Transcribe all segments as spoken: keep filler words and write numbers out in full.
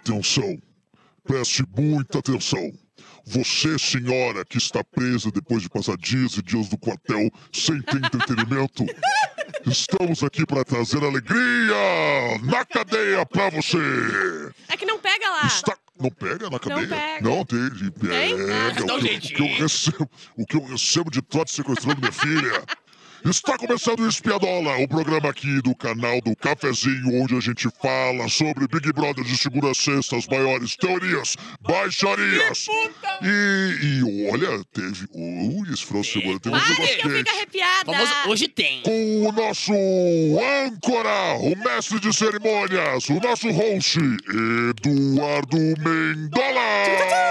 Atenção, preste muita atenção. Você, senhora, que está presa depois de passar dias e dias no quartel sem ter entretenimento, estamos aqui para trazer alegria na cadeia pra você. É que não pega lá. Está... Não pega na cadeia? Não pega. Não, tem, pega. Tem? O, que, o, que eu recebo, o que eu recebo de trote sequestrando minha filha. Está começando o Espiadola, o programa aqui do canal do Cafezinho, onde a gente fala sobre Big Brother de segunda a sexta, as maiores teorias, baixarias. E, e olha, teve... Ui, esse final de semana teve um Para negócio que eu fico quente. arrepiada. Famoso, hoje tem. Com o nosso âncora, o mestre de cerimônias, o nosso host, Eduardo Mendola.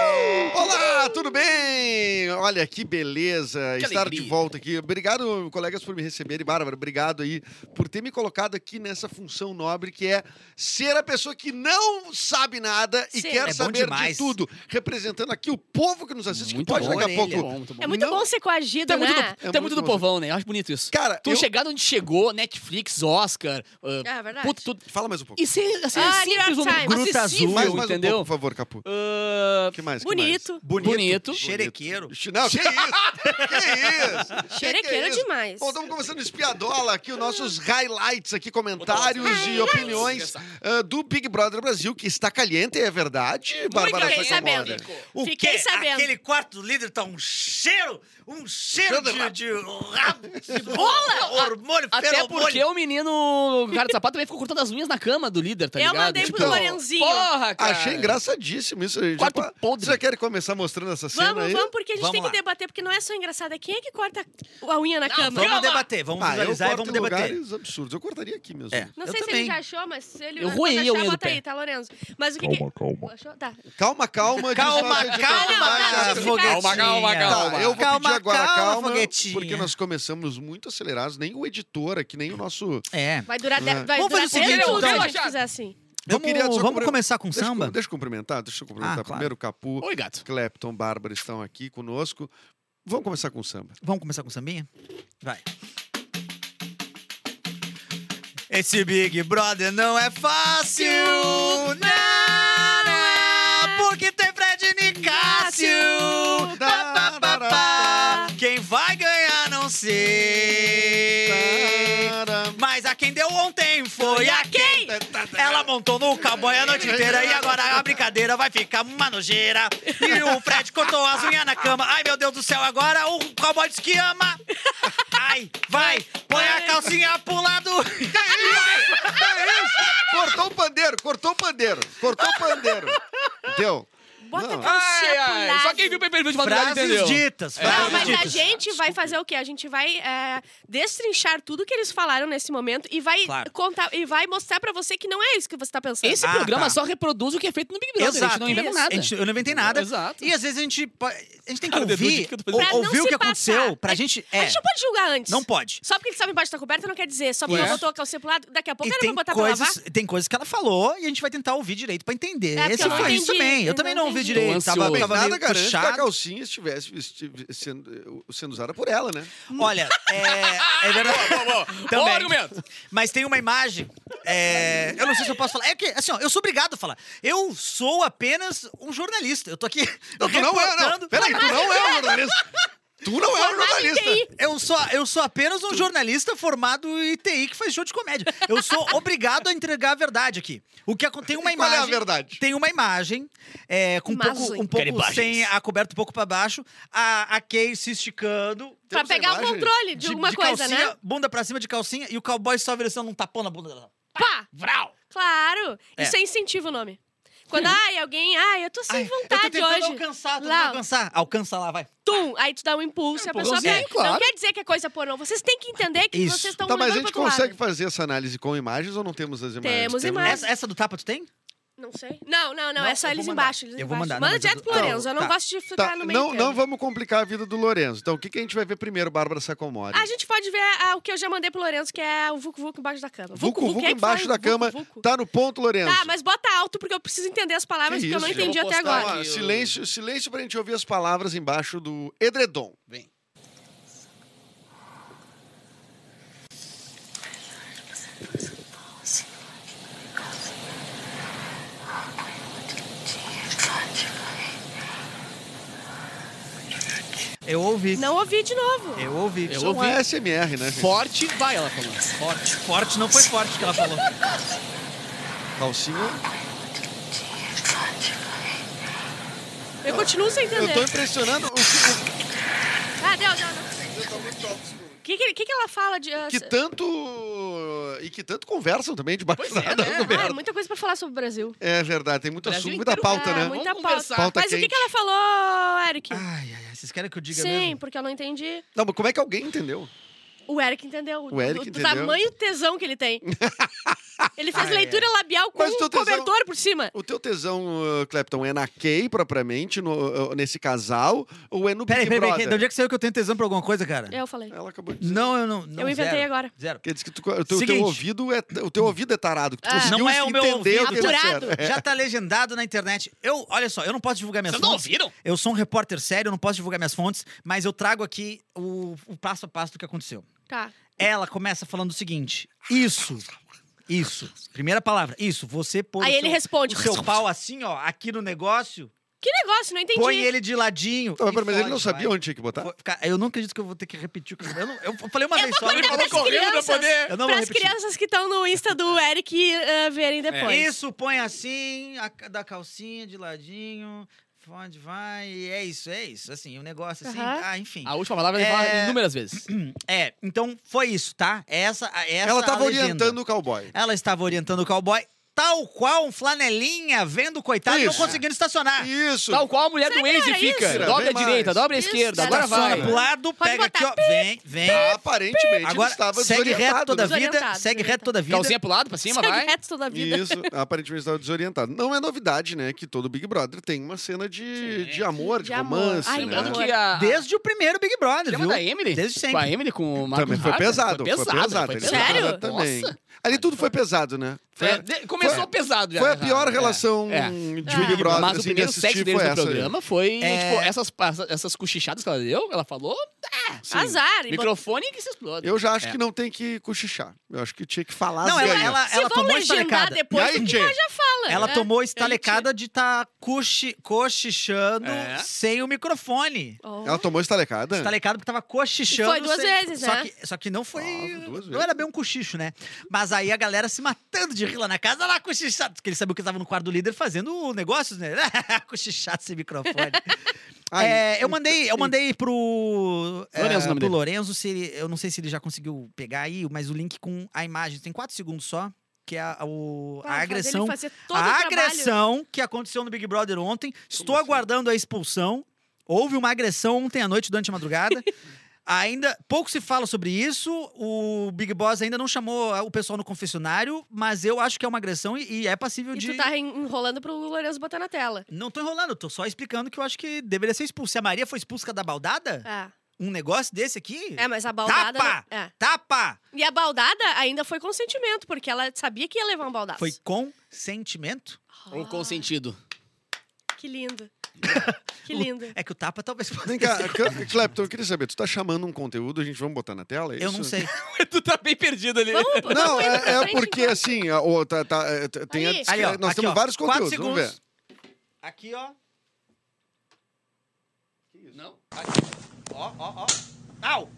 Olá, tudo bem? Olha, que beleza Que estar alegria. de volta aqui. Obrigado, colegas, por me receberem. Bárbara, obrigado aí por ter me colocado aqui nessa função nobre que é ser a pessoa que não sabe nada e Sim. quer É bom saber de demais. tudo, representando aqui o povo que nos assiste, Muito que pode bom, daqui a orelha. pouco... Bom, muito bom. É muito Não. bom ser coagido, Tu é muito, né? do, É tu é muito muito do bom. povão, né? Eu acho bonito isso. Cara, Tu eu... chegar onde chegou, Netflix, Oscar, uh, É verdade. puto, tudo. Fala mais um pouco. E ser, ser Ah, simples, New York um Times. Gruta acessível, azul, mais, mais um entendeu? pouco, por favor, Capu. Uh, O que mais? que Bonito. Bonito. Bonito. Xerequeiro. mais? Não, que isso? Que isso? Xerequeiro Que que é isso? demais. Bom, estamos começando o Espiadola aqui, os nossos highlights aqui, comentários e Highlights. opiniões ah, do Big Brother Brasil, que está caliente, é verdade, Bárbara fiquei Sacomori? sabendo. O Fiquei quê? sabendo. Aquele quarto do líder tá um cheiro, um cheiro Cheiro de de, de rabo, de bola, hormônio, Até feromônio. porque o menino, o cara de sapato, também ficou cortando as unhas na cama do líder, tá Eu ligado? mandei pro Tipo, Lorenzinho. Porra, cara. Achei engraçadíssimo isso. Já, Quarto pa- podre. Você já quer começar mostrando essa cena Vamos, aí? vamos, porque a gente Vamos tem que lá. debater, porque não é só engraçado, é quem é que corta a unha na cama? Vamos debater, vamos Ah, eu visualizar e corto vamos em debater. lugares absurdos. Eu cortaria aqui mesmo. É. Não Eu sei se também. ele já achou, mas se ele Eu quando roei a achar, unha do bota pé. aí, tá, Lorenzo? Mas o que Calma, que... calma. Achou? Tá. Calma, calma. diz Calma, nossa editora. calma, Vai, calma, foguetinha. calma, calma, calma. Tá, eu vou Calma, pedir agora calma, calma, foguetinha. porque nós começamos muito acelerados. Nem o editor aqui, nem o nosso... É. Vai durar, de... É. vai Vamos durar fazer o seguinte, três minutos então. se a gente fizer assim. Eu Vamos, queria só vamos cumpri- começar com Deixa eu- samba? Deixa eu cumprimentar, deixa eu cumprimentar. Ah, claro. Primeiro, Capu, Oi, gato. Clepton, Bárbara estão aqui conosco. Vamos começar com samba. Vamos começar com sambinha? Vai. Esse Big Brother não é fácil, não, não é, porque tem Fred e Nicásio. Pá, pá, pá, pá. Quem vai ganhar não sei, mas a quem deu ontem foi a quem. Ela montou no cowboy a noite inteira e agora a brincadeira vai ficar uma nojeira. E o Fred cortou as unhas na cama. Ai, meu Deus do céu, agora o cowboy diz que ama. Ai, vai, põe a calcinha pro lado. É isso! Cortou o pandeiro, cortou o pandeiro, cortou o pandeiro. Deu. Bota Não. a calcinha Ai, pro ai, lado. só quem viu o P P V de madrugada Frases entendeu. ditas, É. frases Não, mas a ditas. gente vai fazer o quê? A gente vai é, destrinchar tudo que eles falaram nesse momento e vai Claro. contar e vai mostrar pra você que não é isso que você tá pensando. Esse Ah, programa tá. só reproduz o que é feito no Big Brother. A gente Exato. não inventa Isso. nada. A gente- eu não inventei nada. Exato. E às vezes a gente, po- a gente tem que Cara, Dedu, ouvir, que eu tô ou- fazendo? Pra não ouvir o se que passar. aconteceu, pra A gente... A É, gente não pode julgar antes. não pode. Só porque eles estavam embaixo da coberta não quer dizer. Só porque Ué. botou a calcinha pro lado, daqui a pouco E ele tem vai botar pra coisas, lavar. tem coisas que ela falou e a gente vai tentar ouvir direito pra entender. É, porque Esse eu não foi isso entendi. também. Eu Eu também não não ouvi entendi. direito. Tô Tava, ansioso. tava Nada meio garante que a puxado. calcinha estivesse estive- sendo, sendo usada por ela, né? Olha, é, é verdade. Bom Também. argumento. Mas tem uma imagem. é, eu não sei se eu posso falar. É que, assim, ó, eu sou obrigado a falar. Eu sou apenas um jornalista. Eu tô aqui. Não, tu não é, reportando- não. Peraí, tu não é um jornalista. Tu não é um Formado em jornalista. T I. Eu sou, eu sou apenas um jornalista formado em T I que faz show de comédia. Eu sou obrigado a entregar a verdade aqui. O que acon- tem uma E qual é a imagem. verdade? Tem uma imagem é, com um pouco, Imagem. um pouco Quero sem imagens. a coberta um pouco pra baixo, a, a Kay se esticando. Pra Temos pegar o imagem controle de, alguma coisa, calcinha, né? bunda pra cima de calcinha e o cowboy só oferecendo um tapão na bunda dela. Pá! Vral. Claro! É. Isso é incentivo o nome. Quando, ai, alguém, ai, eu tô sem Ai, eu tô vontade tentando hoje. alcançar, tô Lá, tentando ó. alcançar. Alcança lá, vai. Tum! Aí tu dá um impulso e a pessoa empurrãozinho, pega. claro. Não quer dizer que é coisa pornô. Vocês têm que entender que Isso. vocês estão Tá, mas a levando gente pro outro consegue lado. fazer essa análise com imagens ou não temos as imagens? Temos imagens. Essa, essa do tapa tu tem? Não sei. Não, não, não. Não, é só eu eles vou mandar. embaixo. Eles Eu vou embaixo. mandar, não, Manda mas direto eu- pro não, Lorenzo. Eu não tá. gosto de ficar Tá, no meio não, termo. não vamos complicar a vida do Lorenzo. Então, o que, que a gente vai ver primeiro, Bárbara Sacomori? A gente pode ver ah, o que eu já mandei pro Lorenzo, que é o Vucu Vucu embaixo da cama. Vucu Vucu quem é que embaixo fala da cama, Vucu Vucu? tá no ponto, Lorenzo. Tá, mas bota alto, porque eu preciso entender as palavras, Que porque eu não isso, entendi eu vou até postar agora. Ó, aqui. silêncio, silêncio pra gente ouvir as palavras embaixo do edredom. Vem. Eu ouvi. Não ouvi de novo. Eu ouvi. Eu Isso é um ouvi. A S M R, né, gente? Forte, vai, ela falou. Forte. Forte não foi forte que ela falou. Calcinha. Eu continuo sem entender. Eu tô impressionando o que, Ah, deu, deu, deu. O que, que, que que ela fala de... o que tanto... E que tanto conversam também debaixo Pois da é, da né? Ah, é governo. muita coisa pra falar sobre o Brasil. É verdade, tem muito Brasil assunto, muita inteiro. pauta, é, né? muita Vamos pauta. conversar. Pauta Mas o que, quente. que ela falou, Eric? Ai, ai, ai. Vocês querem que eu diga Sim, mesmo? porque eu não entendi. Não, mas como é que alguém entendeu? O Eric entendeu. O Eric do, do entendeu. tamanho do tesão que ele tem. Ele fez Ah, é. leitura labial com Mas o teu um tesão- cobertor por cima. O teu tesão, uh, Clapton, é na Kay, propriamente, no, uh, nesse casal, ou é no Peraí, Big peraí, peraí. Brother? De onde é que saiu que eu tenho tesão pra alguma coisa, cara? Eu falei. Ela acabou de dizer. Não, eu não. não Eu inventei zero. agora. Zero. Quer dizer que tu, o teu, Seguinte. teu ouvido é, o teu ouvido é tarado, que tu Ah. conseguiu Não é o meu entender o que ouvido. ele Apurado. disseram. É. Já tá legendado na internet. Eu, olha só, eu não posso divulgar minhas Vocês não fontes. ouviram? Eu sou um repórter sério, eu não posso divulgar minhas fontes, mas eu trago aqui o, o passo a passo do que aconteceu. Tá. Ela começa falando o seguinte: isso, isso, primeira palavra, isso, você põe Aí o ele seu, responde. o seu pau assim, ó, aqui no negócio, Que negócio, não entendi. põe ele de ladinho. Não, e mas ele não fode, sabia vai. onde tinha que botar? Vou ficar- Eu não acredito que eu vou ter que repetir o que eu, eu, não, eu falei uma Eu vez vou só. Ele contar falou pras correndo pra crianças. poder. Eu não vou Para as repetir. crianças que estão no Insta do Eric uh, verem depois. Isso, põe assim, a, da calcinha de ladinho, fode, vai, e é isso, é isso. Assim, o negócio assim, Aham. ah, enfim. A última palavra ele É. fala inúmeras vezes. É, então foi isso, tá? Essa, essa Ela a tava legenda. orientando o cowboy. Ela estava orientando o cowboy, tal qual um flanelinha vendo o coitado e não Isso. conseguindo estacionar. Isso. Tal qual a mulher do Waze era fica. isso? Dobra Vem a direita, mais. dobra a Isso. esquerda, agora Estaciona vai. pro lado, Pode pega aqui, botar ó, vem, vem. Aparentemente ele Agora, estava segue desorientado. reto toda a né? vida, Desorientado, segue reto toda a vida. Calcinha pro lado, pra cima, Segue vai. reto toda a vida. Isso, aparentemente estava desorientado. Não é novidade, né, que todo Big Brother tem uma cena de, Sim. de amor, de, De amor. romance, Ai, né? Lembrando amor. que a... Desde o primeiro Big Brother, Lembra viu? da Emily? Desde sempre. Com a Emily, com o Marcos Também foi Harper? pesado, foi pesado. Foi ele pesado. Sério? estava também. Nossa. Ali tudo foi pesado, né? Foi, É, de- começou foi- pesado já. foi a já. pior É, relação é. de Ah. Big Brother, Mas o assim, de primeiro sexo assistir deles foi no essa aí. programa foi, É. tipo, essas, essas, essas cochichadas que ela deu, ela falou, Azar. e bot- microfone que se exploda. Eu já acho É. que não tem que cochichar. Eu acho que tinha que falar Não, as ela, ganhas. ela, Se ela vão tomou legendar estalecada. depois, E aí, o que tchê? ela já fala. Ela né? tomou Aí, estalecada de estar tá cochi, cochichando É. sem o microfone. tchê. Oh. Ela tomou estalecada? Estalecado porque tava cochichando. E foi duas sem- vezes, só né? Que, só que não foi. Ah, duas não vezes. era bem um cochicho, né? Mas aí a galera se matando de rir lá na casa, lá cochichado. Porque ele sabia que eu tava no quarto do líder fazendo negócios, né? Cochichado sem microfone. Aí, É, eu mandei, eu mandei pro, é, Lorenzo, o nome pro dele. Lorenzo, se ele- eu não sei se ele já conseguiu pegar aí, mas o link com a imagem. Tem quatro segundos só, que é a, o- Pra a fazer agressão. ele fazer todo o A trabalho. agressão que aconteceu no Big Brother ontem. Estou assim? aguardando a expulsão. Houve uma agressão ontem à noite, durante a madrugada. Ainda pouco se fala sobre isso. O Big Boss ainda não chamou o pessoal no confessionário, mas eu acho que é uma agressão e, e é passível E de. tu tá enrolando pro Lourenço botar na tela. Não tô enrolando, tô só explicando que eu acho que deveria ser expulso. Se a Maria foi expulsa da baldada, É. um negócio desse aqui. É, mas a baldada... Tapa! não- É. Tapa! E a baldada ainda foi consentimento, porque ela sabia que ia levar um baldaço. Foi consentimento? Ou com sentido. Que lindo. Que lindo. É que o tapa talvez possa Vem ter cá, sido. Cl- Clapton, eu queria saber, tu tá chamando um conteúdo, a gente vamos botar na tela? é Eu isso? não sei. tu tá bem perdido ali. Vamos, Não, vamos indo é, pra é frente, porque então. assim, a- o- tá, tá, é, t- tem a Ali. descri- Ali, ó. nós aqui, temos ó, vários quatro conteúdos, vamos ver. segundos. Aqui, ó. Não? Ó, ó, ó. Au!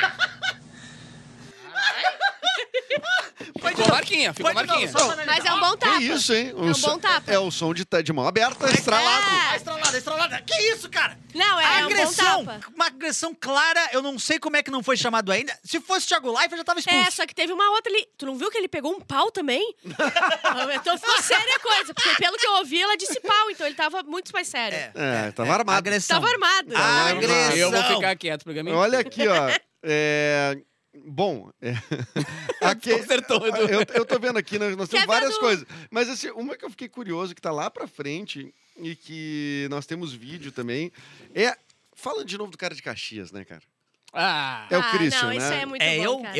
Ficou marquinha, ficou Foi de novo, marquinha. só pra analisar. Mas é um Ó, bom tapa. Que isso, hein? É um som- bom tapa. É o som de, ta- de mão aberta, estralado. É. A estralada, a estralada. Que isso, cara? Não, é um bom agressão, tapa. uma agressão clara, eu não sei como é que não foi chamado ainda. Se fosse Thiago Leifert, já tava expulso. É, só que teve uma outra ali. Tu não viu que ele pegou um pau também? Então ficou séria a coisa. Porque pelo que eu ouvi, ela disse pau. Então ele tava muito mais sério. É, tava armado. Agressão. Tava armado. Ah, Tava agressão. Eu vou ficar quieto, programa inteiro. Olha aqui, ó. É, bom, é, aqui, Acertou, Edu. eu, eu tô vendo aqui, nós, nós Quer temos ver várias do- coisas. Mas assim, uma que eu fiquei curioso, que tá lá pra frente, e que nós temos vídeo também, é... Falando de novo do cara de Caxias, né, cara? Ah, É o Ah, Christian, não, né? isso é muito É bom, eu? cara. Eu?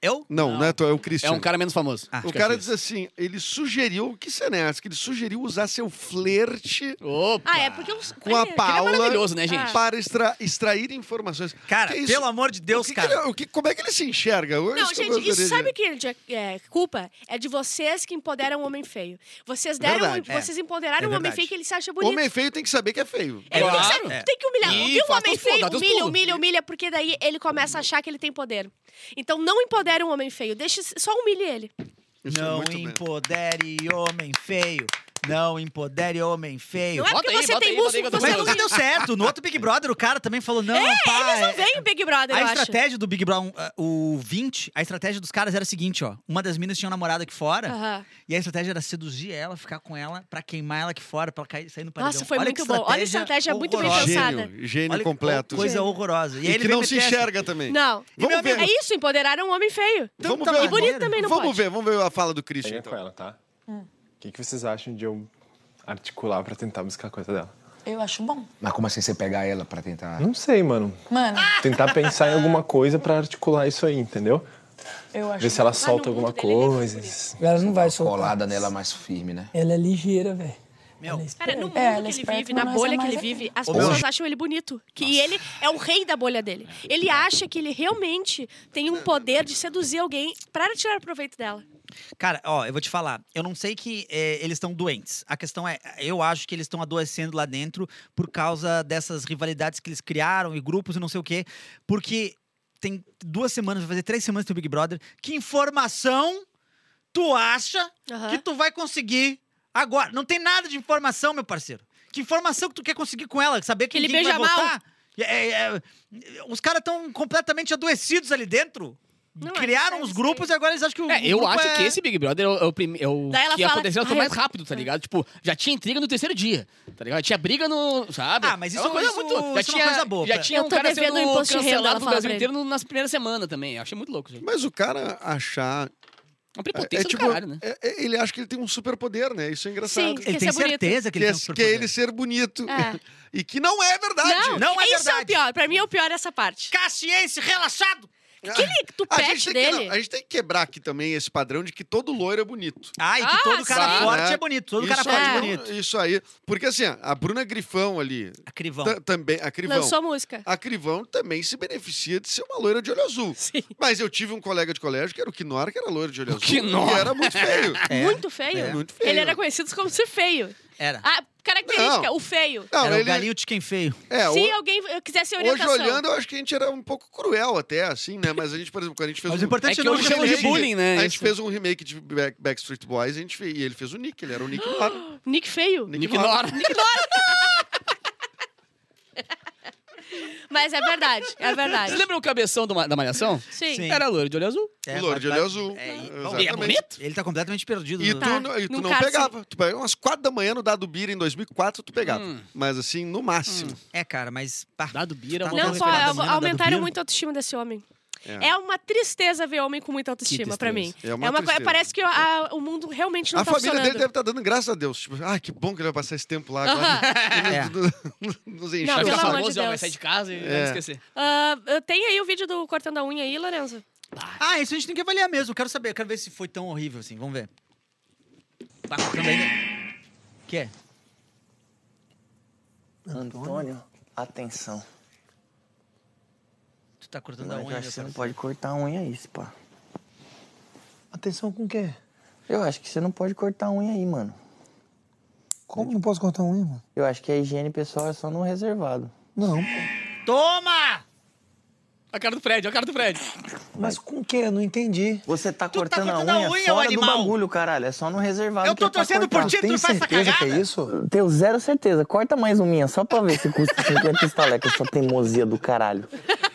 Eu? Não, não, Não. é tu, é o Christian. É um cara menos famoso. Ah. O cara diz assim, ele sugeriu, o que isso é né? Que ele sugeriu usar seu flerte Opa! Ah, é porque os... com a Ele- Paula maravilhoso, né, gente? para extra- extrair informações. Cara, Que isso? pelo amor de Deus, O que cara. que ele- o que- como é que ele se enxerga? Eu- Não, isso que eu gente, gostaria isso de- sabe o que é, é culpa? É de vocês que empoderam o homem feio. Vocês deram, Verdade, é. vocês empoderaram É o homem verdade. feio que ele se acha bonito. Homem feio tem que saber que é feio. Ele tem que, Claro. saber- É. tem que humilhar. E Viu o faz homem teus pulos, feio? dá teus Humilha, pulos. humilha, humilha, porque daí ele começa a achar que ele tem poder. Então não empodere um homem feio, deixa, só humilhe ele. Isso é Não muito bem. empodere homem feio. Não empodere homem feio. Não é Bota porque aí, você bota tem aí, bota músculo aí, que bota você Mas aí. não... nunca deu certo. No outro Big Brother, o cara também falou, não, pá. Eles não é- veem o Big Brother, A eu acho. estratégia do Big Brother, o vinte, a estratégia dos caras era a seguinte, ó. Uma das minas tinha um namorado aqui fora. Aham. E a estratégia era seduzir ela, ficar com ela, pra queimar ela aqui fora, pra ela cair, sair no paredão. Nossa, foi Olha muito que bom. Olha a estratégia muito bem horrorosa. pensada. Gênio, gênio Olha que completo. coisa Gênio. horrorosa. E, E, aí ele que veio não se meter essa- enxerga também. Não. Vamos meu ver. É isso, empoderaram um homem feio. Vamos Tanta ver. E bonito também não Vamos pode. ver, vamos ver a fala do Christian. Peguei Então. com ela, tá? O que, que vocês acham de eu articular pra tentar buscar a coisa dela? Eu acho bom. Mas como assim você pegar ela pra tentar... Não sei, mano. Mano, Tentar pensar em alguma coisa pra articular isso aí, entendeu? eu acho Ver se ela no solta mundo alguma dele ele é muito coisa. Ela não vai soltar. Colada nela mais firme, né? Ela é ligeira, velho. Meu, Cara, no mundo É, ela é que ele esperta, vive, na mas bolha é que mais ele aqui. vive, as Ô, pessoas meu. acham ele bonito. Que ele é o rei da bolha dele. Ele acha que ele realmente tem um poder de seduzir alguém para tirar proveito dela. cara, ó, eu vou te falar. Eu não sei que é, eles estão doentes. A questão é, eu acho que eles estão adoecendo lá dentro por causa dessas rivalidades que eles criaram e grupos e não sei o quê. Porque tem duas semanas, vai fazer três semanas que tem o Big Brother. Que informação tu acha Aham. que tu vai conseguir agora? Não tem nada de informação, meu parceiro. Que informação que tu quer conseguir com ela? Saber Que ele quem vai beija mal. votar? É, é, os caras estão completamente adoecidos ali dentro. Não, Criaram é os sério, grupos e agora eles acham que o É, eu grupo acho é... que esse Big Brother é o, é o, prime- é o Daí ela que fala, aconteceu foi "Ai, mais eu- rápido, tá ligado? Tipo, já tinha intriga no terceiro dia, tá ligado? Tinha briga no, sabe? Ah, mas É isso- uma coisa isso- muito... Já isso é uma tinha, coisa boa, já cara. tinha Eu um tô cara devendo sendo o imposto de renda, cancelado ela no fala Brasil pra inteiro no- nas primeiras semanas também. Eu achei muito louco, gente. Mas o cara achar... Uma É, prepotência é do tipo, caralho, né? é- é- ele acha que ele tem um superpoder, né? Isso é engraçado. Sim. Ele Quer tem ser bonito. certeza que Que ele é, tem um que é superpoder. ele ser bonito. É. E que não é verdade. Não, Não é isso é verdade. o pior. Pra mim é o pior essa parte. Caxiense, relaxado! Aquele A gente, tupete tem que, dele. não, a gente tem que quebrar aqui também esse padrão de que todo loiro é bonito. Ah, e que Ah, todo cara sim. forte Né? é bonito. Todo isso cara forte aí, é é. bonito. Isso aí. Porque assim, a Bruna Grifão ali, A Crivão. ta- também, a Crivão. Lançou música. A Crivão também se beneficia de ser uma loira de olho azul. Sim. Mas eu tive um colega de colégio que era o Quinor, que era loiro de olho azul. Quinor. E era muito feio. É. Muito feio. É. Muito feio. Ele era conhecido como ser feio. Era. A característica, Não. o feio. Não, Era o ele, galinho de quem feio. é, Se ho- alguém quisesse hoje orientação. olhando, eu acho que a gente era um pouco cruel até, assim, né? Mas a gente, por exemplo, quando a gente fez Mas um... o importante É que não hoje é chama de remake. bullying, né? A gente Isso. fez um remake de Back- Backstreet Boys a gente fez, e ele fez o Nick, ele era o Nick Nora. Nick feio. Nick Nora. Mas é verdade, é verdade. Vocês lembram o cabeção do Ma- da Malhação? Sim. Sim. Era loiro de olho azul. É, O loiro de mas- olho azul. É, e- Exatamente. E é bonito? Ele tá completamente perdido. E no- tu, Tá. não- e tu No não caso, pegava. Tu pegava umas quatro da manhã no Dado Bira em dois mil e quatro, tu pegava. Hum. Mas assim, no máximo. É, cara, mas... pá, Dado Bira, Tá uma Não, Não, pô, referência da menina aumentaram da do muito a autoestima desse homem. É. É uma tristeza ver homem com muita autoestima, pra mim. É uma É uma coisa, tristeza. parece que a- o mundo realmente não A tá família dele funcionando. deve estar dando graças a Deus. Tipo, ah, que bom que ele vai passar esse tempo lá agora. É. Nos, nos encheu. Vai Não, ficar pelo amor famoso, de já vai Deus. sair de casa e É. vai esquecer. Ah, tem aí o vídeo do cortando a unha aí, Lorenzo? Ah, isso a gente tem que avaliar mesmo. Eu quero saber, eu quero ver se foi tão horrível assim. Vamos ver. Tá cortando ainda? O que é? Antônio, atenção. Tu tá cortando Eu a acho unha. que você meu não parceiro. pode cortar a unha aí, pá. Atenção com o quê? Eu acho que você não pode cortar a unha aí, mano. Como não posso cortar unha, mano? Eu acho que a higiene pessoal é só no reservado. Não, pô. Toma! A cara do Fred, a cara do Fred. Mas com o quê? Eu não entendi. Você tá Tu tá cortando, cortando a a unha, unha, ô fora do animal. bagulho, caralho. É só no reservado Eu que é tô pra torcendo por cortar. ti, tu Tem faz essa certeza que cagada? é isso? Tenho zero certeza. Corta mais uma minha, só pra ver se custa cinquenta estalecas, essa teimosia do caralho.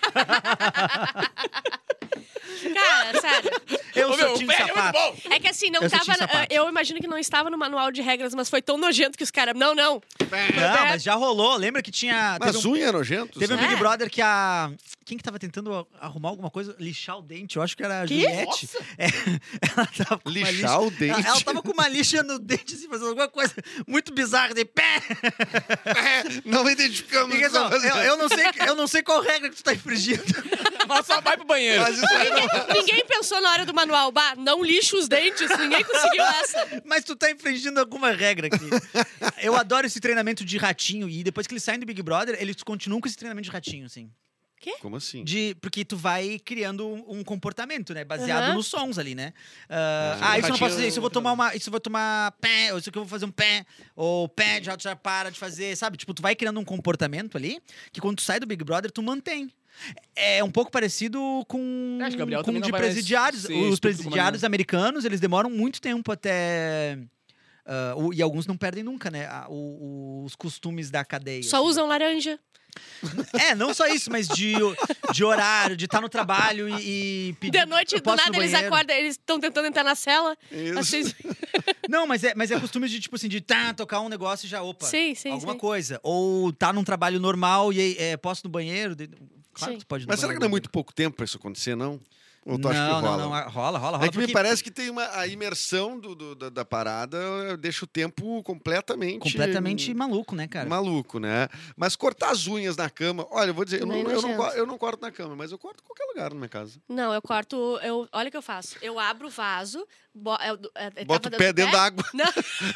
Cara, sério. Eu Ô, sou meu, o time Fred é muito sapato. bom. É que assim, não Eu sou tava. time sapato. Eu imagino que não estava no manual de regras, mas foi tão nojento que os caras. Não, não. Não, mas já rolou. Lembra que tinha... Mas Teve um, unha é nojento. teve um sabe? Big É. Brother que a... Quem que tava tentando arrumar alguma coisa? Lixar o dente. Eu acho que era a Que? Juliette. É, ela tava com uma Lixar lixa- o dente? Ela, ela tava com uma lixa no dente, assim, fazendo alguma coisa muito bizarra. De pé! Não identificamos. Fica só, eu, eu, não sei, eu não sei qual regra que tu tá infringindo. Mas só vai pro banheiro. Mas isso aí não... Ninguém pensou na hora do manual, bah, não lixe os dentes, ninguém conseguiu essa. Mas tu tá infringindo alguma regra aqui. Eu adoro esse treinamento de ratinho. E depois que eles saem do Big Brother, eles continuam com esse treinamento de ratinho, assim. Quê? Como assim? De, porque tu vai criando um, um comportamento, né? Baseado Uhum. nos sons ali, né? Uh, ah, isso eu não posso fazer, isso eu vou tomar uma. Isso eu vou tomar pé, ou isso aqui eu vou fazer um pé, ou pé, já, já para de fazer, sabe? Tipo, tu vai criando um comportamento ali que quando tu sai do Big Brother, tu mantém. É um pouco parecido com, Acho que o Gabriel com também não de vai presidiários. ser Os estúpido presidiários como americanos, eles demoram muito tempo até. Uh, o- e alguns não perdem nunca, né? a- o- o- os costumes da cadeia. Só assim. usam laranja. É, não só isso, mas de, de horário, de estar no trabalho e, e pedir. De noite, eu do posso ir no nada, eles banheiro? acordam, eles estão tentando entrar na cela. Isso. Assim, Não, mas é, mas é costume de, tipo assim, de tá, tocar um negócio e já, opa, Sim, sim, alguma sim. coisa. Ou tá num trabalho normal e aí, é, posso ir no banheiro? De- Claro Sim. que tu pode ir no Mas será que banheiro. não é muito pouco tempo pra isso acontecer, não? Ou tu acha que Não, rola? não, não, rola, rola, rola. É que me porque parece que tem uma a imersão do, do- da, da parada deixa o tempo completamente completamente maluco, né, cara? maluco, né? Mas cortar as unhas na cama, olha, eu vou dizer, eu não, Também eu, não, nojento. co- eu não corto na cama, mas eu corto em qualquer lugar na minha casa. não, eu corto. Eu, olha o que eu faço. Eu abro o vaso, bo, eu, eu, eu Bota tava o pé dando dentro da água Não,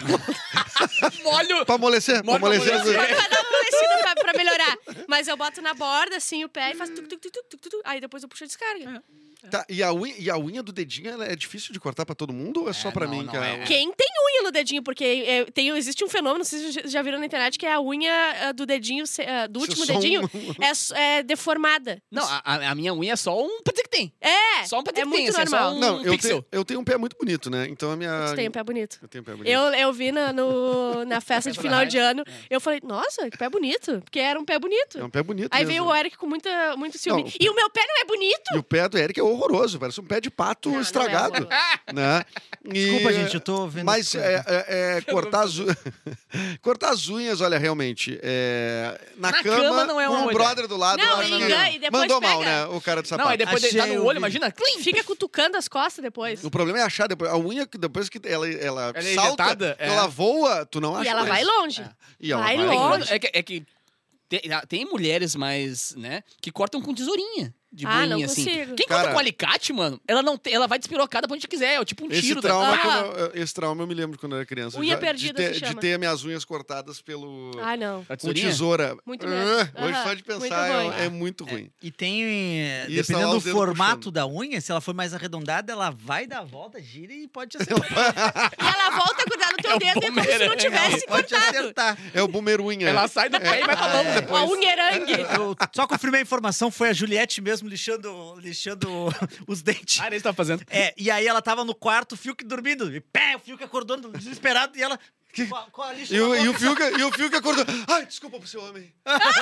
Molho! pra amolecer, pra Molho pra amolecer as amolecer. unhas. pra dar uma amolecida pra, pra melhorar. Mas eu boto na borda, assim, o pé e faço tuc, tuc, tuc, tuc, tuc, tuc, aí depois eu puxo a descarga. Tá, e a unha, e a unha do dedinho ela é difícil de cortar pra todo mundo ou é só É, pra não, mim? não que é. Quem tem unha no dedinho, porque é, tem, existe um fenômeno, não sei se vocês já viram na internet, que é a unha ah, do dedinho, se- ah, do Se último só um- dedinho, é, s- é deformada. Não, a, a- a minha unha é só um pra dizer que tem. É, Só um pra dizer é que muito tem, assim, é só normal. um Não, eu pixel. tenho, eu tenho um pé muito bonito, né? Então a minha... Tu tem um pé bonito. Eu tenho um pé bonito. Eu, eu vi na, no, na festa de Festa da final de rádio. ano, eu falei, nossa, que pé bonito, porque era um pé bonito. É um pé bonito Aí mesmo. veio o Eric com muita, muito ciúme. Não, E o meu pé não é bonito? E o pé do Eric é horroroso, parece um pé de pato Não, não é estragado. horroroso. né? E- Desculpa, gente, eu tô vendo. Mas é, é, é, cortar, as... u- cortar as unhas, olha, realmente, é, na, Na cama, cama não é com uma o boa brother do lado, Não, eu acho e que engana- e depois mandou mal, pega. né? O cara do sapato. Não, aí depois Achei tá no o olho, vídeo. imagina, clean. Fica cutucando as costas depois. O problema é achar depois. A unha, que depois que ela, ela, Ela é salta, injetada, é. ela voa, tu não acha E ela mais. vai longe. E ela vai vai longe. É que, é que tem, tem mulheres mais, né, que cortam com tesourinha. De Ah, não boinha, assim. consigo. Quem Cara- corta com alicate, mano, ela não tem, ela vai despirocada pra onde quiser. É tipo um Esse tiro. trauma, Ah. quando eu- esse trauma eu me lembro quando eu era criança. Unha já- perdida de ter, se de chama. ter minhas unhas cortadas pelo... Ah, não. Da com tesourinha? tesoura. Muito Ah, mesmo. hoje Aham, só de muito pensar ruim. é, é muito ruim. E tem, eh, E instalar dependendo do os dedos formato puxando. da unha, se ela for mais arredondada, ela vai dar a volta, gira e pode te acertar. E ela volta a grudar no teu É o dedo e é como se não bumerangue. tivesse pode te cortado. acertar. É o boomer unha. Ela sai do pé e vai pra mão é. depois. A unherangue. Eu só confirmei a informação, foi a Juliette mesmo lixando, lixando os dentes. Ah, eles tá fazendo. É, e aí ela tava no quarto, o Fiuk dormindo. E pé, o Fiuk acordando desesperado e ela com a, com a lixa E na o, e, o boca. Fiuk, e o Fiuk acordou. Ai, desculpa pro seu homem.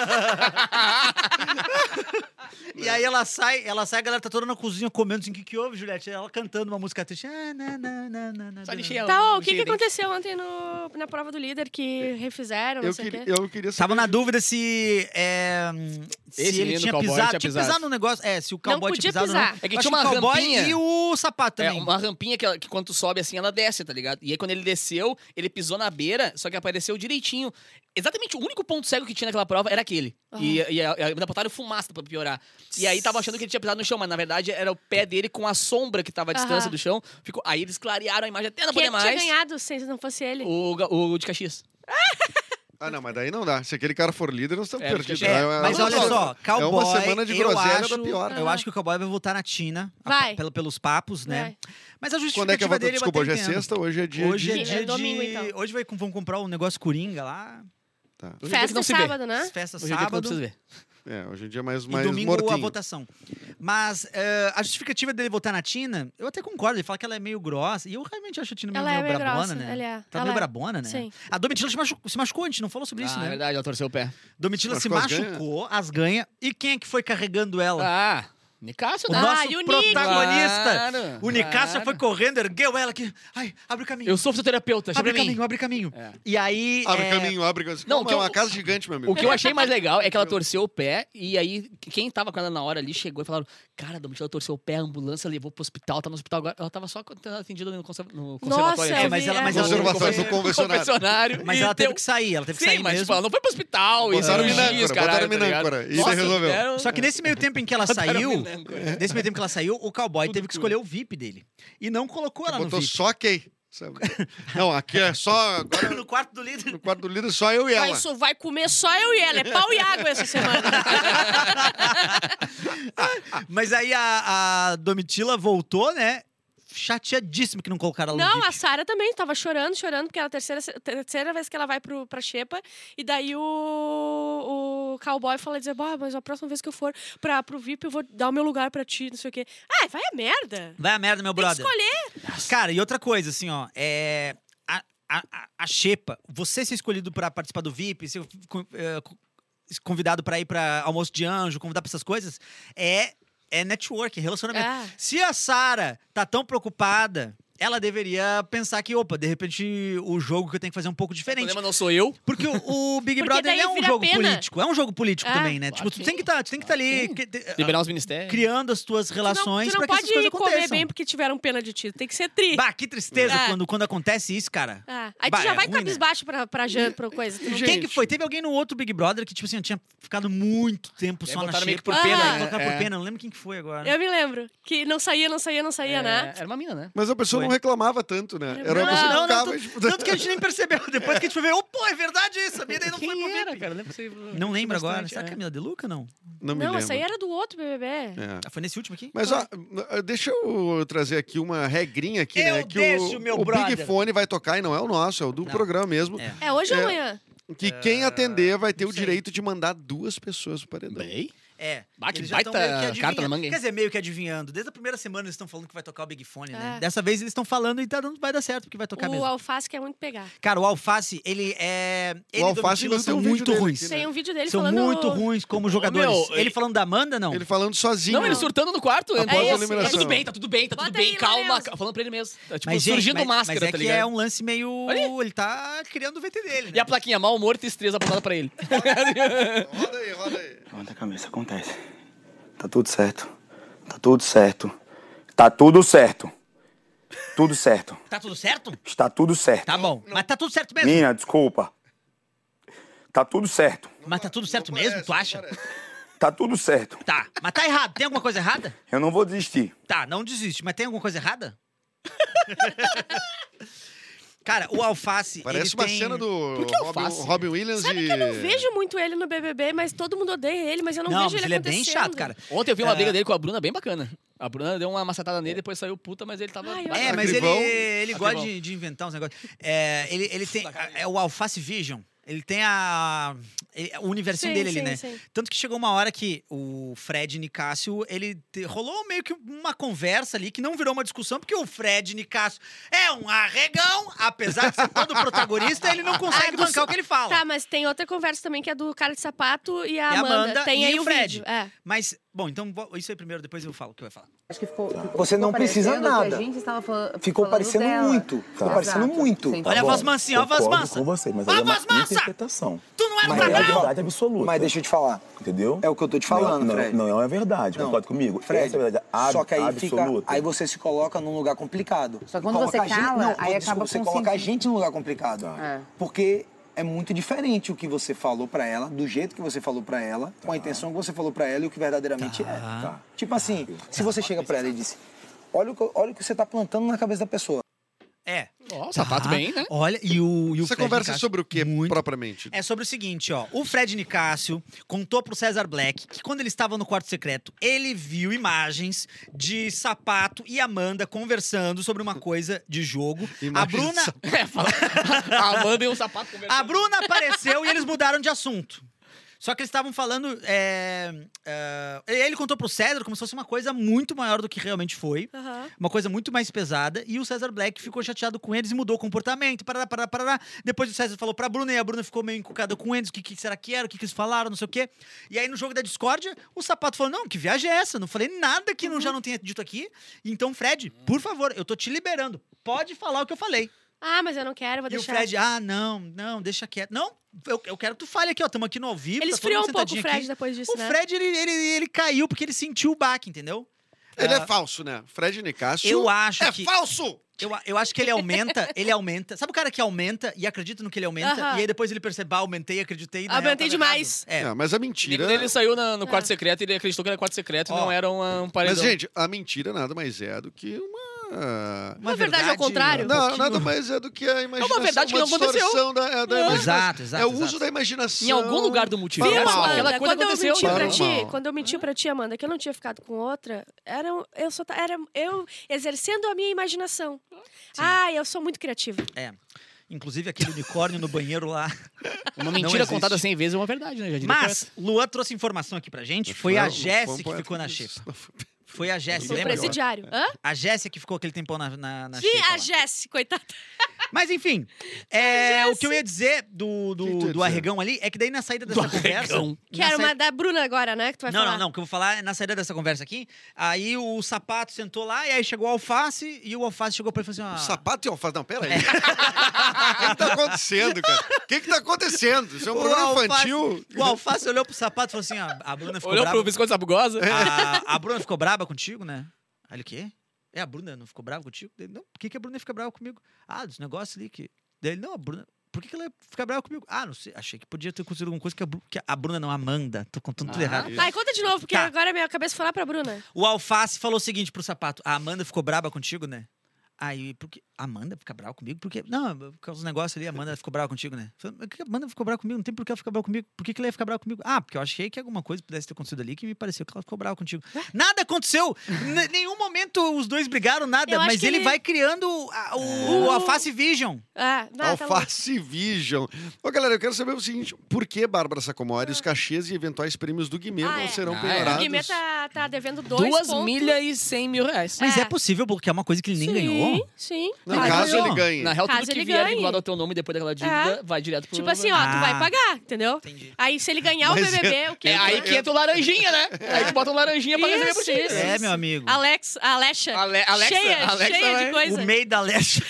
E aí ela sai, ela sai, a galera tá toda na cozinha comendo assim, o que que houve, Juliette? Ela cantando uma música triste. Ah, na, na, na, na, na, Só na. lixei a Tá, ô, o lixei que, que o dente. aconteceu ontem no, na prova do líder que refizeram, não Eu sei o queria, quê? eu queria saber. Tava na dúvida se, é, se Esse ele menino tinha cowboy pisado, tinha tinha pisado. pisado no negócio. É, se o cowboy podia tinha pisado ou não. pisar. É que Eu tinha acho uma o cowboy rampinha. e o sapato É, também. uma rampinha que, ela- que quando tu sobe assim, ela desce, tá ligado? E aí quando ele desceu, ele pisou na beira, só que apareceu direitinho. Exatamente o único ponto cego que tinha naquela prova era aquele. E, e a- ainda botaram fumaça pra piorar. E aí tava achando que ele tinha pisado no chão, mas na verdade era o pé dele com a sombra que tava à distância Aham. do chão. Ficou, aí eles clarearam a imagem até não Quem poder tinha mais. ganhado se não fosse ele? O, ga- o de Caxias. Ah, não, mas daí não dá. Se aquele cara for líder, nós estamos É, perdidos. é, Mas não, olha não, só, cowboy, É uma semana de eu groselha acho, da pior. Eu acho que o cowboy vai voltar na Tina, a- Vai. pelo- pelos papos, né? Vai. Mas a Quando é que justificativa eu vou... dele eu Desculpa, até hoje é entendo. sexta, hoje é dia Hoje é de... É dia de... domingo, então. Hoje vai, vão comprar um negócio coringa lá. Tá. Hoje é dia que Festa não se vê. sábado, né? Festa Hoje é dia que não sábado. precisa ver. É, hoje em dia é mais, E mais domingo a mortinho. votação. Mas eh, a justificativa dele votar na Tina, eu até concordo. Ele fala que ela é meio grossa. E eu realmente acho a Tina meio, Ela é meio meio brabona, grossa, né? ela é. Tá Ela meio é. brabona, né? Sim. A Domitila se machucou, se machucou, a gente não falou sobre isso, Ah, é né? verdade, ela torceu o pé. Domitila se Se machucou as machucou, as ganha. E quem é que foi carregando ela? Ah, Nicásio, O né? Ah, nosso e o Nico. protagonista. Claro, O Nicásio claro. foi correndo, ergueu ela aqui. Ai, abre o caminho. Eu sou fisioterapeuta, Abre chama pra mim. caminho, abre caminho. É. E aí. Abre é, caminho, abre caminho. Não, Não, que é eu- uma casa gigante, meu amigo. O que eu achei mais legal é que ela torceu o pé e aí quem tava com ela na hora ali chegou e falaram: Cara, a Domitila torceu o pé, a ambulância levou pro hospital, tá no hospital agora. Ela tava só atendida no, conserv... no conservatório. Nossa, É, eu mas vi, ela, é. mas ela Conservatório, teve no convencionário. confessionário. Mas e ela teve deu- que sair, ela teve que Sim, sair mas mesmo. tipo, ela não foi pro hospital e Botaram cirurgias, minâncora, caralho, botaram tá ligado? minâncora, e Nossa, daí resolveu. deram- Só que nesse meio tempo em que ela Botaram saiu, minâncora. né, âncora? nesse meio tempo que ela saiu, o cowboy teve que escolher o V I P dele. E não colocou ela no Botou V I P. só quem? Sabe? Não, aqui é só... Agora, No quarto do líder. no quarto do líder, só eu e ela. Mas isso vai comer só eu e ela. É pau e água essa semana. Mas aí a, a Domitila voltou, né? Chateadíssima que não colocaram ela no Não, V I P. a Sarah também tava chorando, chorando, porque era a terceira, terceira vez que ela vai pro, pra Xepa. E daí o, o cowboy fala, dizer, bah, mas a próxima vez que eu for pra, pro V I P, eu vou dar o meu lugar pra ti, não sei o quê. Ah, vai a merda. Vai a merda, meu Tem que brother. escolher. Cara, e outra coisa, assim, ó, é... A, a, a- a Xepa, você ser escolhido pra participar do V I P, ser co- eh, co- convidado pra ir pra almoço de anjo, convidado pra essas coisas, é, é network, é relacionamento. Ah. Se a Sarah tá tão preocupada, ela deveria pensar que, opa, de repente o jogo que eu tenho que fazer é um pouco O diferente. problema não sou eu. Porque o, o Big Porque Brother daí ele é um vira jogo pena. político. É um jogo político Ah. também, né? Claro Tipo, tu que tem que tá, tu tem que estar ali Sim. que- te- Liberar os ministérios. criando as tuas Tu relações não, tu não pra que essas coisas pode comer aconteçam. bem porque tiveram pena de ti. Tem que ser tri. Bah, que tristeza Ah. quando, quando acontece isso, cara. Ah, aí Bah, tu já é vai ruim, né? cabisbaixo pra, pra janta, pra coisa. Tu não Gente, Quem que foi? Teve alguém no outro Big Brother que, tipo assim, tinha ficado muito tempo E aí só na botaram meio que xepa. por pena, Ah, né? colocaram por É. pena. Não lembro quem que foi agora. Eu me lembro. Que não saía, não saía, não saía, É, né? Era uma mina, né? Mas a pessoa Foi. não reclamava tanto, né? Era uma Não, pessoa que Não, não, ficava... tanto, tipo, tanto que a gente nem percebeu. Depois que a gente foi ver, oh, pô, é verdade isso, sabia? Daí não foi pro Quem V I era, P. cara? Não é possível. Não lembro agora. Bastante, Será que é é. Camila De Luca, não? Não me Não, lembro. essa aí era do outro B B B. É. Ah, foi nesse último aqui? Mas, ó, deixa eu trazer aqui uma regrinha aqui, né? Eu Que deixo, o, meu o Big brother. Fone vai tocar e não é o nosso, é o do Não. programa mesmo. É. É hoje ou É. amanhã? Que quem atender vai ter não o sei. direito de mandar duas pessoas pro paredão. Bem. É. Bah, que eles já baita estão meio que carta adivinhando. na manga, hein? Quer dizer, meio que adivinhando. Desde a primeira semana eles estão falando que vai tocar o Big Fone, né? É. Dessa vez eles estão falando e tá dando, vai dar certo, porque vai tocar O mesmo. Alface quer muito pegar. Cara, o Alface, ele é... Ele O e Alface Domitila ainda tem são um vídeo muito dele ruins. aqui, Tem um vídeo dele São falando... muito ruins como jogadores. meu, ele ele- falando da Amanda, não. Ele falando sozinho. Não, ele surtando no quarto. Após ele- a Tá eliminação. tudo bem, tá tudo bem, tá tudo Bota bem. aí, Calma. Lourenço. cal- Falando pra ele mesmo. Tá, tipo, Mas, gente, surgindo mas, máscara, mas é tá que ligado? é um lance meio... Olha aí. Ele tá criando o V T dele, né? E a plaquinha, mau humor e tristeza apontada pra ele. Roda aí, roda aí. Levanta a cabeça, acontece. Tá tudo certo. Tá tudo certo. Tá tudo certo. Tudo certo. Tá tudo certo? Está tudo certo. Tá bom. Mas tá tudo certo mesmo? Mina, desculpa. Tá tudo certo. Mas tá tudo certo mesmo, tu acha? Tá tudo certo. Tá. Mas tá errado. Tem alguma coisa errada? Eu não vou desistir. Tá, não desiste. Mas tem alguma coisa errada? Cara, o Alface, Parece ele uma tem... cena do Por que Robin, alface? Robin Williams Sabe e... que eu não vejo muito ele no B B B, mas todo mundo odeia ele, mas eu não, Não, vejo mas ele ele é bem acontecendo. chato, cara. Ontem eu vi uma É. briga dele com a Bruna bem bacana. A Bruna deu uma macetada nele, depois saiu puta, mas ele tava... Ai, eu- É, mas ele, Agrivão. ele gosta Agrivão. de, de inventar uns negócios. É, ele, ele tem... É o Alface Vision. Ele tem a... ele- o universinho Sim, dele ali, sim, né? sim. Tanto que chegou uma hora que o Fred Nicásio, ele te- rolou meio que uma conversa ali que não virou uma discussão, porque o Fred Nicásio é um arregão, apesar de ser todo protagonista, ele não consegue Ah, do- bancar o que ele fala. Tá, mas tem outra conversa também que é do cara de sapato e a E a Amanda. Amanda Tem e aí o o Fred. vídeo. É. Mas, bom, então vou- isso aí primeiro, depois eu falo o que vai falar. Acho que ficou, ficou- Você não ficou precisa parecendo que nada. A gente estava falando, Ficou falando parecendo dela. muito. Ficou Exato. parecendo muito. Sim. Olha a voz mansinha, olha a voz Concordo mansa. com você, mas Olha aí a é uma voz mansa. interpretação. Tu não é um Mas é a dragão! verdade absoluta. Mas deixa eu te falar. Entendeu? É o que eu tô te falando, não, Fred. Não, não é uma verdade, Não. concorda comigo? Fred, Essa é a verdade ab- só que aí absoluta. fica, aí você se coloca num lugar complicado. Só que quando Coloca você a gente- cala, não, aí desculpa, acaba você consentindo. coloca a gente num lugar complicado. É. Porque é muito diferente o que você falou pra ela, do jeito que você falou pra ela, com a intenção que você falou pra ela e o que verdadeiramente é. Tá. Tipo assim, se você chega pra ela e disse, olha o que, olha o que você tá plantando na cabeça da pessoa. É. Ó, o sapato Tá. bem, né? Olha, e o, e o Você Fred conversa Nicásio, sobre o que, muito. propriamente? É sobre o seguinte, ó. O Fred Nicásio contou pro César Black que quando ele estava no quarto secreto, ele viu imagens de Sapato e Amanda conversando sobre uma coisa de jogo. A Imagens de Bruna, É, fala. A Amanda e um sapato conversando. a Bruna apareceu e eles mudaram de assunto. Só que eles estavam falando. É, é, ele contou pro César como se fosse uma coisa muito maior do que realmente foi. Aham. Uma coisa muito mais pesada. E o César Black ficou chateado com eles e mudou o comportamento. Parará, parará, parará. Depois o César falou pra Bruna e a Bruna ficou meio encucada com eles. O que, que será que era? O que, que eles falaram? Não sei o quê. E aí no jogo da discórdia, o Sapato falou: não, que viagem é essa? Não falei nada que não, já não tenha dito aqui. Então, Fred, por favor, eu tô te liberando. Pode falar o que eu falei. Ah, mas eu não quero, vou E o deixar. Fred, ah, não, não, deixa quieto. Não, eu, eu quero que tu fale aqui, ó. Tamo aqui no ao vivo. Ele tá todo esfriou mundo um pouco o sentadinho Fred aqui. depois disso, O né? Fred, ele, ele, ele caiu porque ele sentiu o baque, entendeu? Ele Ah, é falso, né? Fred Nicásio Eu acho é que- falso! Eu, eu acho que ele aumenta, ele aumenta. Sabe o cara que aumenta e acredita no que ele aumenta? Aham. E aí depois ele percebe, ah, aumentei, acreditei. na real Aumentei tava demais. errado. É. É, mas a E mentira... quando ele saiu na- no quarto Ah. secreto, ele acreditou que era quarto secreto e Ó. não era um, um paredão. Mas, gente, a mentira nada mais é do que uma... Uma verdade ao contrário. um Não, pouquinho- nada mais é do que a imaginação. verdade que uma não aconteceu. distorção Da, é, da É. imaginação. Exato, exato, É o exato. uso da imaginação. Em algum lugar do multiverso, Para o mal. aquela Amanda, coisa quando eu aconteceu. menti Para pra o ti, mal. quando eu menti pra ti, Amanda, que eu não tinha ficado com outra, era, um- eu, só, ta- era eu exercendo a minha imaginação. Ah, eu sou muito criativa. É. Inclusive aquele unicórnio no banheiro lá. Uma Não mentira existe. contada cem vezes é uma verdade, né? Já diria Mas, poeta. Luan trouxe informação aqui pra gente. Foi a Não, não foi um Jéssica que poeta ficou na que- xepa. Foi a Jéssica, Sou lembra? presidiário. Hã? A Jéssica que ficou aquele tempão na, na, na Sim, xepa a lá. Jéssica, coitada. Mas enfim, é, o que eu ia dizer do, Que que tu do, ia do dizer? arregão ali é que daí na saída dessa conversa... arregão. Que na era uma saída- da Bruna agora, né? Que tu vai Não, falar. não, não. O que eu vou falar é na saída dessa conversa aqui. Aí o Sapato sentou lá e aí chegou o Alface e o Alface chegou pra ele e falou assim... ó, Sapato e alface. Não, pera aí. O que, que tá acontecendo, cara? O que, que tá acontecendo? Isso é um o programa Alface- infantil. O Alface olhou pro Sapato e falou assim, ó, a Bruna ficou Olhou brava... pro Visconde Sabugosa. A, a Bruna ficou braba contigo, né? Aí ele, o quê? É, a Bruna não ficou brava contigo? Ele, não, por que, que a Bruna fica brava comigo? Ah, dos negócios ali que... Daí ele, não, a Bruna... Por que, que ela ia ficar brava comigo? Ah, não sei. Achei que podia ter acontecido alguma coisa que a, Bru- que a Bruna não, a Amanda. Tô contando tudo Ah. errado. Ai, conta de novo, porque Tá. agora minha cabeça foi lá pra Bruna. O Alface falou o seguinte pro Sapato. A Amanda ficou braba contigo, né? Aí, por que... A Amanda fica brava comigo? Porque... Não, por causa dos negócios ali, a Amanda ficou brava contigo, né? Falei, mas por que a Amanda ficou brava comigo? Não tem por que ela ficar brava comigo. Por que, que ela ia ficar brava comigo? Ah, porque eu achei que alguma coisa pudesse ter acontecido ali que me pareceu que ela ficou brava contigo. Nada aconteceu! Em nenhum momento os dois brigaram, nada. Eu acho Mas que ele, ele- vai criando a- o, o Alface Vision. Ah, não, tá louco. Alface Vision. Ô, galera, eu quero saber o seguinte. Por que Bárbara Sacomori, os cachês e eventuais prêmios do Guimê Ah, não é. serão Ah, é. O penhorados? Guimê tá, tá devendo dois Duas pontos. milhas e cem mil reais. Mas é, É. possível, porque é uma coisa que ele nem Sim, ganhou. sim. No Mas caso, ganhou. ele ganha. Na real, Caso tudo que ele vier ganhe. vinculado ao teu nome depois daquela dívida vai direto pro... Tipo assim, ó, tu Ah. vai pagar, entendeu? Entendi. Aí se ele ganhar Mas o B B B, o que? É aí que entra o laranjinha, né? Aí tu bota um laranjinha pra receber pro Isso, time. isso. É, meu amigo. Alex, a Alexa, Ale- Alexa, cheia, Alexa cheia vai- de coisa. O MEI da Leste.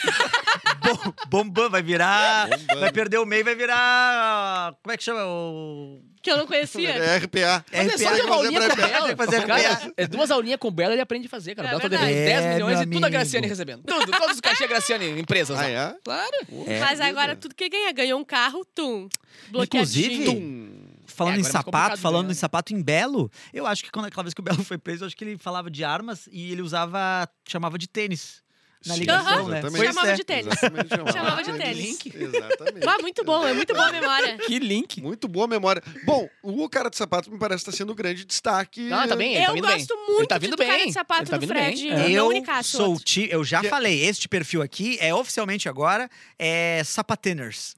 Bom- Bombam vai virar. Bombando. Vai perder o MEI, vai virar. Como é que chama? O. Que eu não conhecia. É R P A. Mas é só R P A. ter uma aulinha fazer com pra- Bela. Tem que fazer Cara, R P A. é duas aulinhas com Bela ele aprende a fazer, cara. É Bela tá verdade. devendo dez É, milhões meu e tudo a amigo. Graciane recebendo. Tudo, todos os cachê Graciane, empresas. Ah, lá. é? Claro. É. Mas agora tudo que ganha, ganhou um carro, tum. Bloqueadinho. Inclusive, falando É, em agora é mais sapato, complicado, falando né? em sapato em Belo, eu acho que quando aquela vez que o Belo foi preso, eu acho que ele falava de armas e ele usava, chamava de tênis na Sim, ligação, né? exatamente. Pois Chamava é. de tênis. Exatamente, chamava, Chamava de de tênis. Exatamente. Ah, muito bom, é muito boa a memória. Que link. Muito boa memória. Bom, o cara de sapato me parece estar sendo um grande destaque. Ah, tá bem, ele tá Eu vindo gosto bem. muito Ele tá de vindo do cara bem. de sapato Ele tá do vindo Fred. bem. Não Eu Unicasso, sou o outro. ti, eu já Que- falei, este perfil aqui é oficialmente agora é sapateners.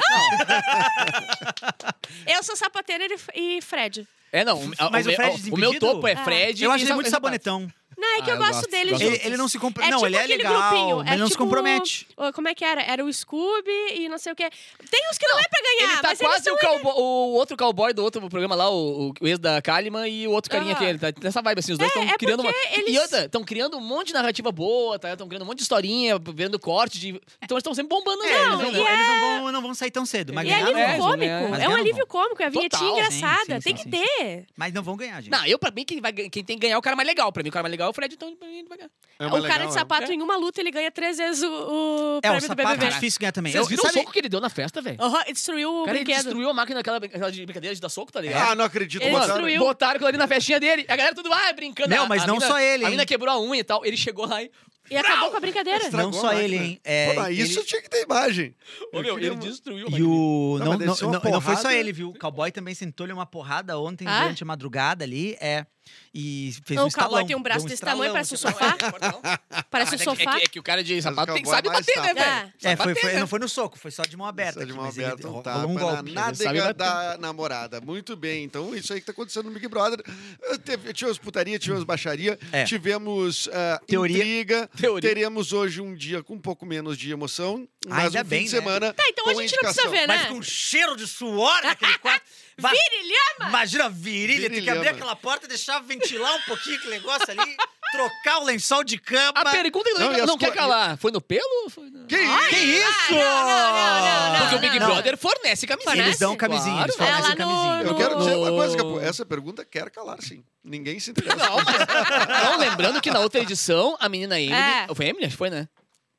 Eu sou sapateira e e Fred. É, não. o- Mas o, o Fred o, o meu Desimpedido? topo é Ah. Fred. Eu acho e ele muito sapato. sabonetão. Não, é que Ah, eu, eu gosto gosto, dele gosto. Ele, juntos. ele não se compra. É não, tipo ele é aquele legal, grupinho. mas é ele não se tipo, compromete. ó, Como é que era? Era o Scooby e não sei o quê. Tem uns que não, é pra ganhar, Ele tá mas eles quase são o, cowboy, o outro cowboy do outro programa lá, o, o ex da Kalimann e o outro carinha Ah. aqui. Ele tá nessa vibe, assim. Os dois É, estão é criando uma. porque E eles- outra, estão criando um monte de narrativa boa, tá? Estão criando um monte de historinha, vendo corte de. Então eles estão sempre bombando É, né? eles, Não, não e vão, é- eles não vão, não vão sair tão cedo. Mas E é ganhar não alívio é, vão. cômico. né? Mas É um ganhar alívio não vão. cômico. É a vinhetinha Total, sim, engraçada. sim, Tem sim, que sim. ter. Mas não vão ganhar, gente. Não, eu, pra mim, quem, vai, quem tem que ganhar é o cara mais legal. Pra mim, o cara mais legal é o Fred, então pra mim ele vai ganhar. É o mais cara legal, de é. sapato, em uma luta, ele ganha três vezes o, o É, o prêmio do B B sapato B. é difícil ganhar também. Vocês Eu, viram sabe, o soco que ele deu na festa, velho? Aham, ele destruiu o Cara, ele brinquedo. destruiu a máquina daquela, aquela de brincadeira de dar soco, tá ligado? Ah, não acredito. Ele botaram. destruiu. Botaram aquilo ali na festinha dele. A galera tudo, ah, brincando. Não, A- mas a não mina- só ele, A hein? mina quebrou a unha e tal. Ele chegou lá e... E acabou com a brincadeira. Estragou não só a ele, máquina. hein? É, Pô, mas isso ele- tinha que ter imagem. Ô, meu, queria ele uma- destruiu a E máquina. o. Não, Não, mas deve não, ser uma não, não foi só porrada. ele, viu? O cowboy também sentou-lhe uma porrada ontem Ah? durante a madrugada ali. É. E fez Não, um o cowboy estalão. tem um braço Deu desse tamanho, estralão, parece um tipo, sofá. Parece um Mas é que- sofá. É que, é que o cara de sapato tem, cowboy sabe mais bater, né, tá. velho? É. É, Sabe foi, bater, foi, né? não foi no soco, foi só de mão aberta. Só de aqui, mão mas ele aberta, um rolou tapa um na golpe. sabe nádega bater. da namorada. Muito bem. Então, isso aí que tá acontecendo no Big Brother. Eh, Teve, tivemos putaria, tivemos baixaria, É. tivemos ah, Teoria. intriga. Teoria. Teremos hoje um dia com um pouco menos de emoção, mas Ainda um bem, fim de né? semana Tá, então com a gente não precisa indicação. ver, né? Mas com cheiro de suor naquele quarto. Va- Virilhama! Imagina a virilha, tem que abrir Virilhama. aquela porta, deixar ventilar um pouquinho aquele negócio ali, trocar o lençol de cama. A pergunta que Não, não, e as não quer co- calar, foi no pelo ou foi no... Que Que isso? não, não, não, não, Porque o Big não. Brother fornece camisinha. Eles dão camisinha, eles Claro. fornecem Ela no- camisinha. Eu no- quero dizer uma coisa, No- Capu. Essa pergunta quer calar, sim. Ninguém se interessa. Não, mas... não, lembrando que na outra edição, a menina Emily... É. Foi a Emily? Acho que foi, né?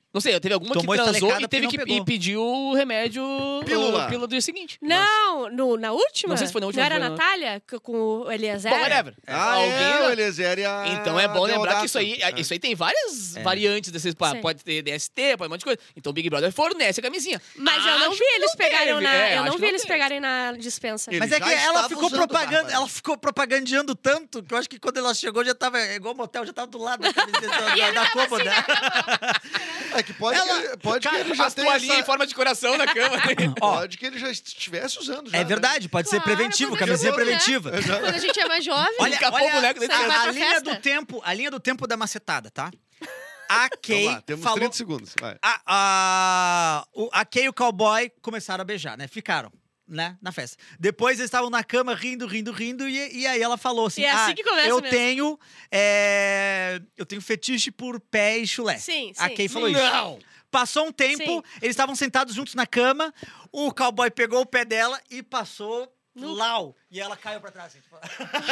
Não sei, teve alguma Tomou que transou estalecada e teve porque que não e pegou. pediu o remédio... Pílula. o Pílula do dia seguinte. Não, no, na última? Não sei se foi na última, Não era foi a na- Natália c- com o Eliezer? Bom, whatever. Ah, Alguém... é, o Eliezer e a Então é bom lembrar que Deodato. isso aí, É. isso aí tem várias variantes desses. pá, Sim. Pode ter D S T, pode um monte de coisa. Então Big Brother fornece a camisinha. Mas eu não Acho vi que eles não pegarem teve. na. É, eu acho não que vi eles teve. pegarem na dispensa. Ele Mas é já que ela estava ficou usando, propagando, Bárbara. ela ficou propagandeando tanto que eu acho que quando ela chegou já tava igual motel, já tava do lado da camiseta da, da cômoda. É que pode Ela- que, pode Cara, que ele já As tenha toalhinhas essa... em forma de coração na cama. Pode que ele já estivesse usando já, É né? verdade, pode ser Claro, preventivo, quando camisinha a gente- preventiva. Quando a gente é mais jovem. Olha, Escapou olha o boneco dentro a, de casa. a Vai pra linha festa. do tempo, a linha do tempo da macetada, tá? A Kay Vamos lá, temos falou... trinta segundos. Vai. A, a, o, a Kay e o cowboy começaram a beijar, né? Ficaram, né? Na festa. Depois eles estavam na cama rindo, rindo, rindo. E, e aí ela falou assim: E é assim ah, que começa eu mesmo." tenho. é, eu tenho fetiche por pé e chulé. Sim, A sim. Kay falou isso. Não! Passou um tempo, Sim. eles estavam sentados juntos na cama. O cowboy pegou o pé dela e passou. No- Lau. E ela caiu pra trás. Assim, tipo...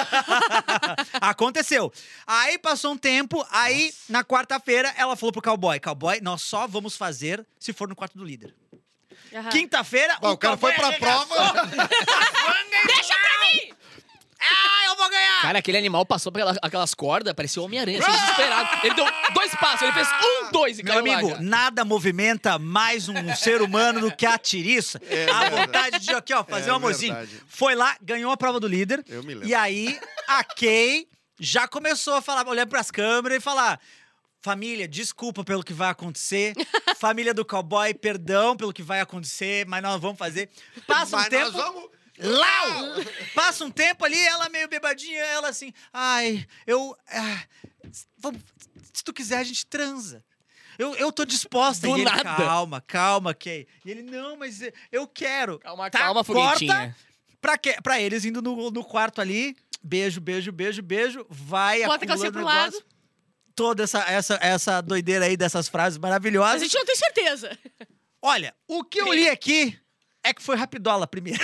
Aconteceu. Aí passou um tempo, aí na quarta-feira ela falou pro cowboy: Cowboy, nós só vamos fazer se for no quarto do líder. Aham. Quinta-feira, Bom, o cara cowboy foi pra arregaçou. prova. Deixa pra mim! Ah, eu vou ganhar! Cara, aquele animal passou por aquelas, aquelas cordas, parecia o Homem-Aranha, assim, desesperado. Ele deu dois passos, ele fez um, dois e Meu caiu lá, amigo, cara. nada movimenta mais um ser humano do que a tiriça. a verdade. vontade de aqui, ó, fazer É um amorzinho. verdade. Foi lá, ganhou a prova do líder. Eu me lembro. E aí, a Kay já começou a falar, olhar pras câmeras e falar: família, desculpa pelo que vai acontecer. Família do cowboy, perdão pelo que vai acontecer, mas nós vamos fazer. Passa um Mas tempo. nós vamos... Lau! Passa um tempo ali, ela meio bebadinha, ela assim, ai, eu. ah, vamos, se tu quiser, a gente transa. Eu, eu tô disposta. Do e ele, nada. calma, calma, Kay. E ele, não, mas eu quero. Calma, Tá, calma, corta foguetinha. pra, que, pra eles indo no, no quarto ali, beijo, beijo, beijo, beijo, vai Bota a calcinha acumulando pro negócio. lado. Toda essa, essa, essa doideira aí dessas frases maravilhosas. A gente não tem certeza. Olha, o que eu li aqui é que foi rapidola primeiro.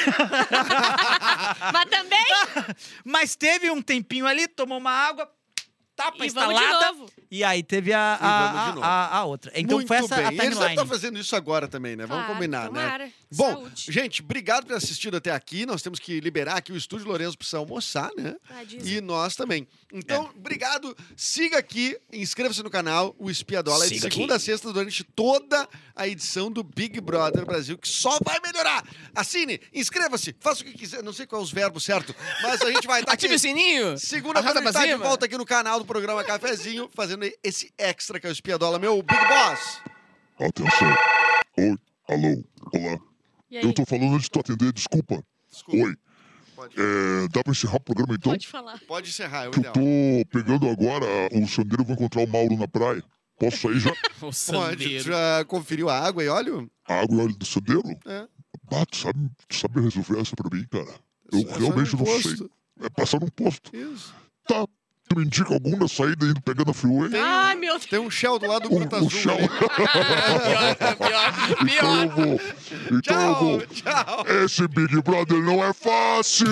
Mas também. Mas teve um tempinho ali, tomou uma água, tapa E vamos de instalada. novo. E aí teve a, E vamos de a, novo. a, a outra. Então Muito foi essa bem. a E eles devem estar timeline. fazendo isso agora também, né? Vamos Claro, combinar, tomara. né? Bom, Saúde. gente, obrigado por ter assistido até aqui. Nós temos que liberar aqui o Estúdio Lourenço precisa almoçar, né? Ah, dizem. E nós também. Então, É. obrigado. Siga aqui, inscreva-se no canal, o Espiadola, de Siga segunda aqui. a sexta, durante toda a edição do Big Brother Brasil, que só vai melhorar. Assine, inscreva-se, faça o que quiser. Não sei qual é os verbos certo, mas a gente vai estar aqui. Ative o sininho. Segunda-feira arrasta a gente pra tá de cima. volta aqui no canal do programa Cafezinho, fazendo esse extra que é o Espiadola, meu Big Boss. Atenção. Oi, alô, olá. E aí? Eu tô falando antes de tu atender, desculpa. Desculpa. Oi. Pode, É, dá pra encerrar o programa então? Pode falar. pode encerrar, é o Que eu ideal. tô pegando agora o Sandeiro, eu vou encontrar o Mauro na praia. Posso sair já? O Pode, sandeiro. já conferiu a água e óleo? A água e óleo do Sandeiro? É. Ah, tu sabe, tu sabe resolver essa pra mim, cara? Eu É só realmente no não posto. sei. É passar num posto. Isso. Tá. Tu me indica alguma saída indo pegando a freeway? Ai, meu Deus. Tem um Shell do lado do O, Gruta o Azul. chão. ali. Pior, pior, Então pior. eu vou. Então eu vou. Tchau, tchau. Esse Big Brother não é fácil.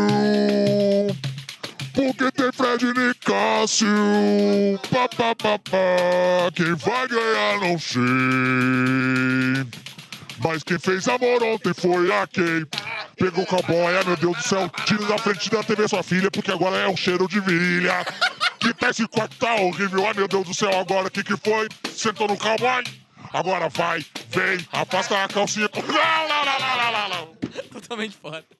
Porque tem Fred e Nicásio. Pá, pá, pá, pá. Quem vai ganhar não sei. Mas quem fez amor ontem foi a Kay. Pegou o cowboy, ai meu Deus do céu. Tira da frente da T V sua filha, porque agora é um cheiro de virilha. Que tá esse quarto, tá horrível. Ai meu Deus do céu, agora o que que foi? Sentou no cowboy. Agora vai, vem, afasta a calcinha. Não, não, não, não, não, não. Totalmente fora.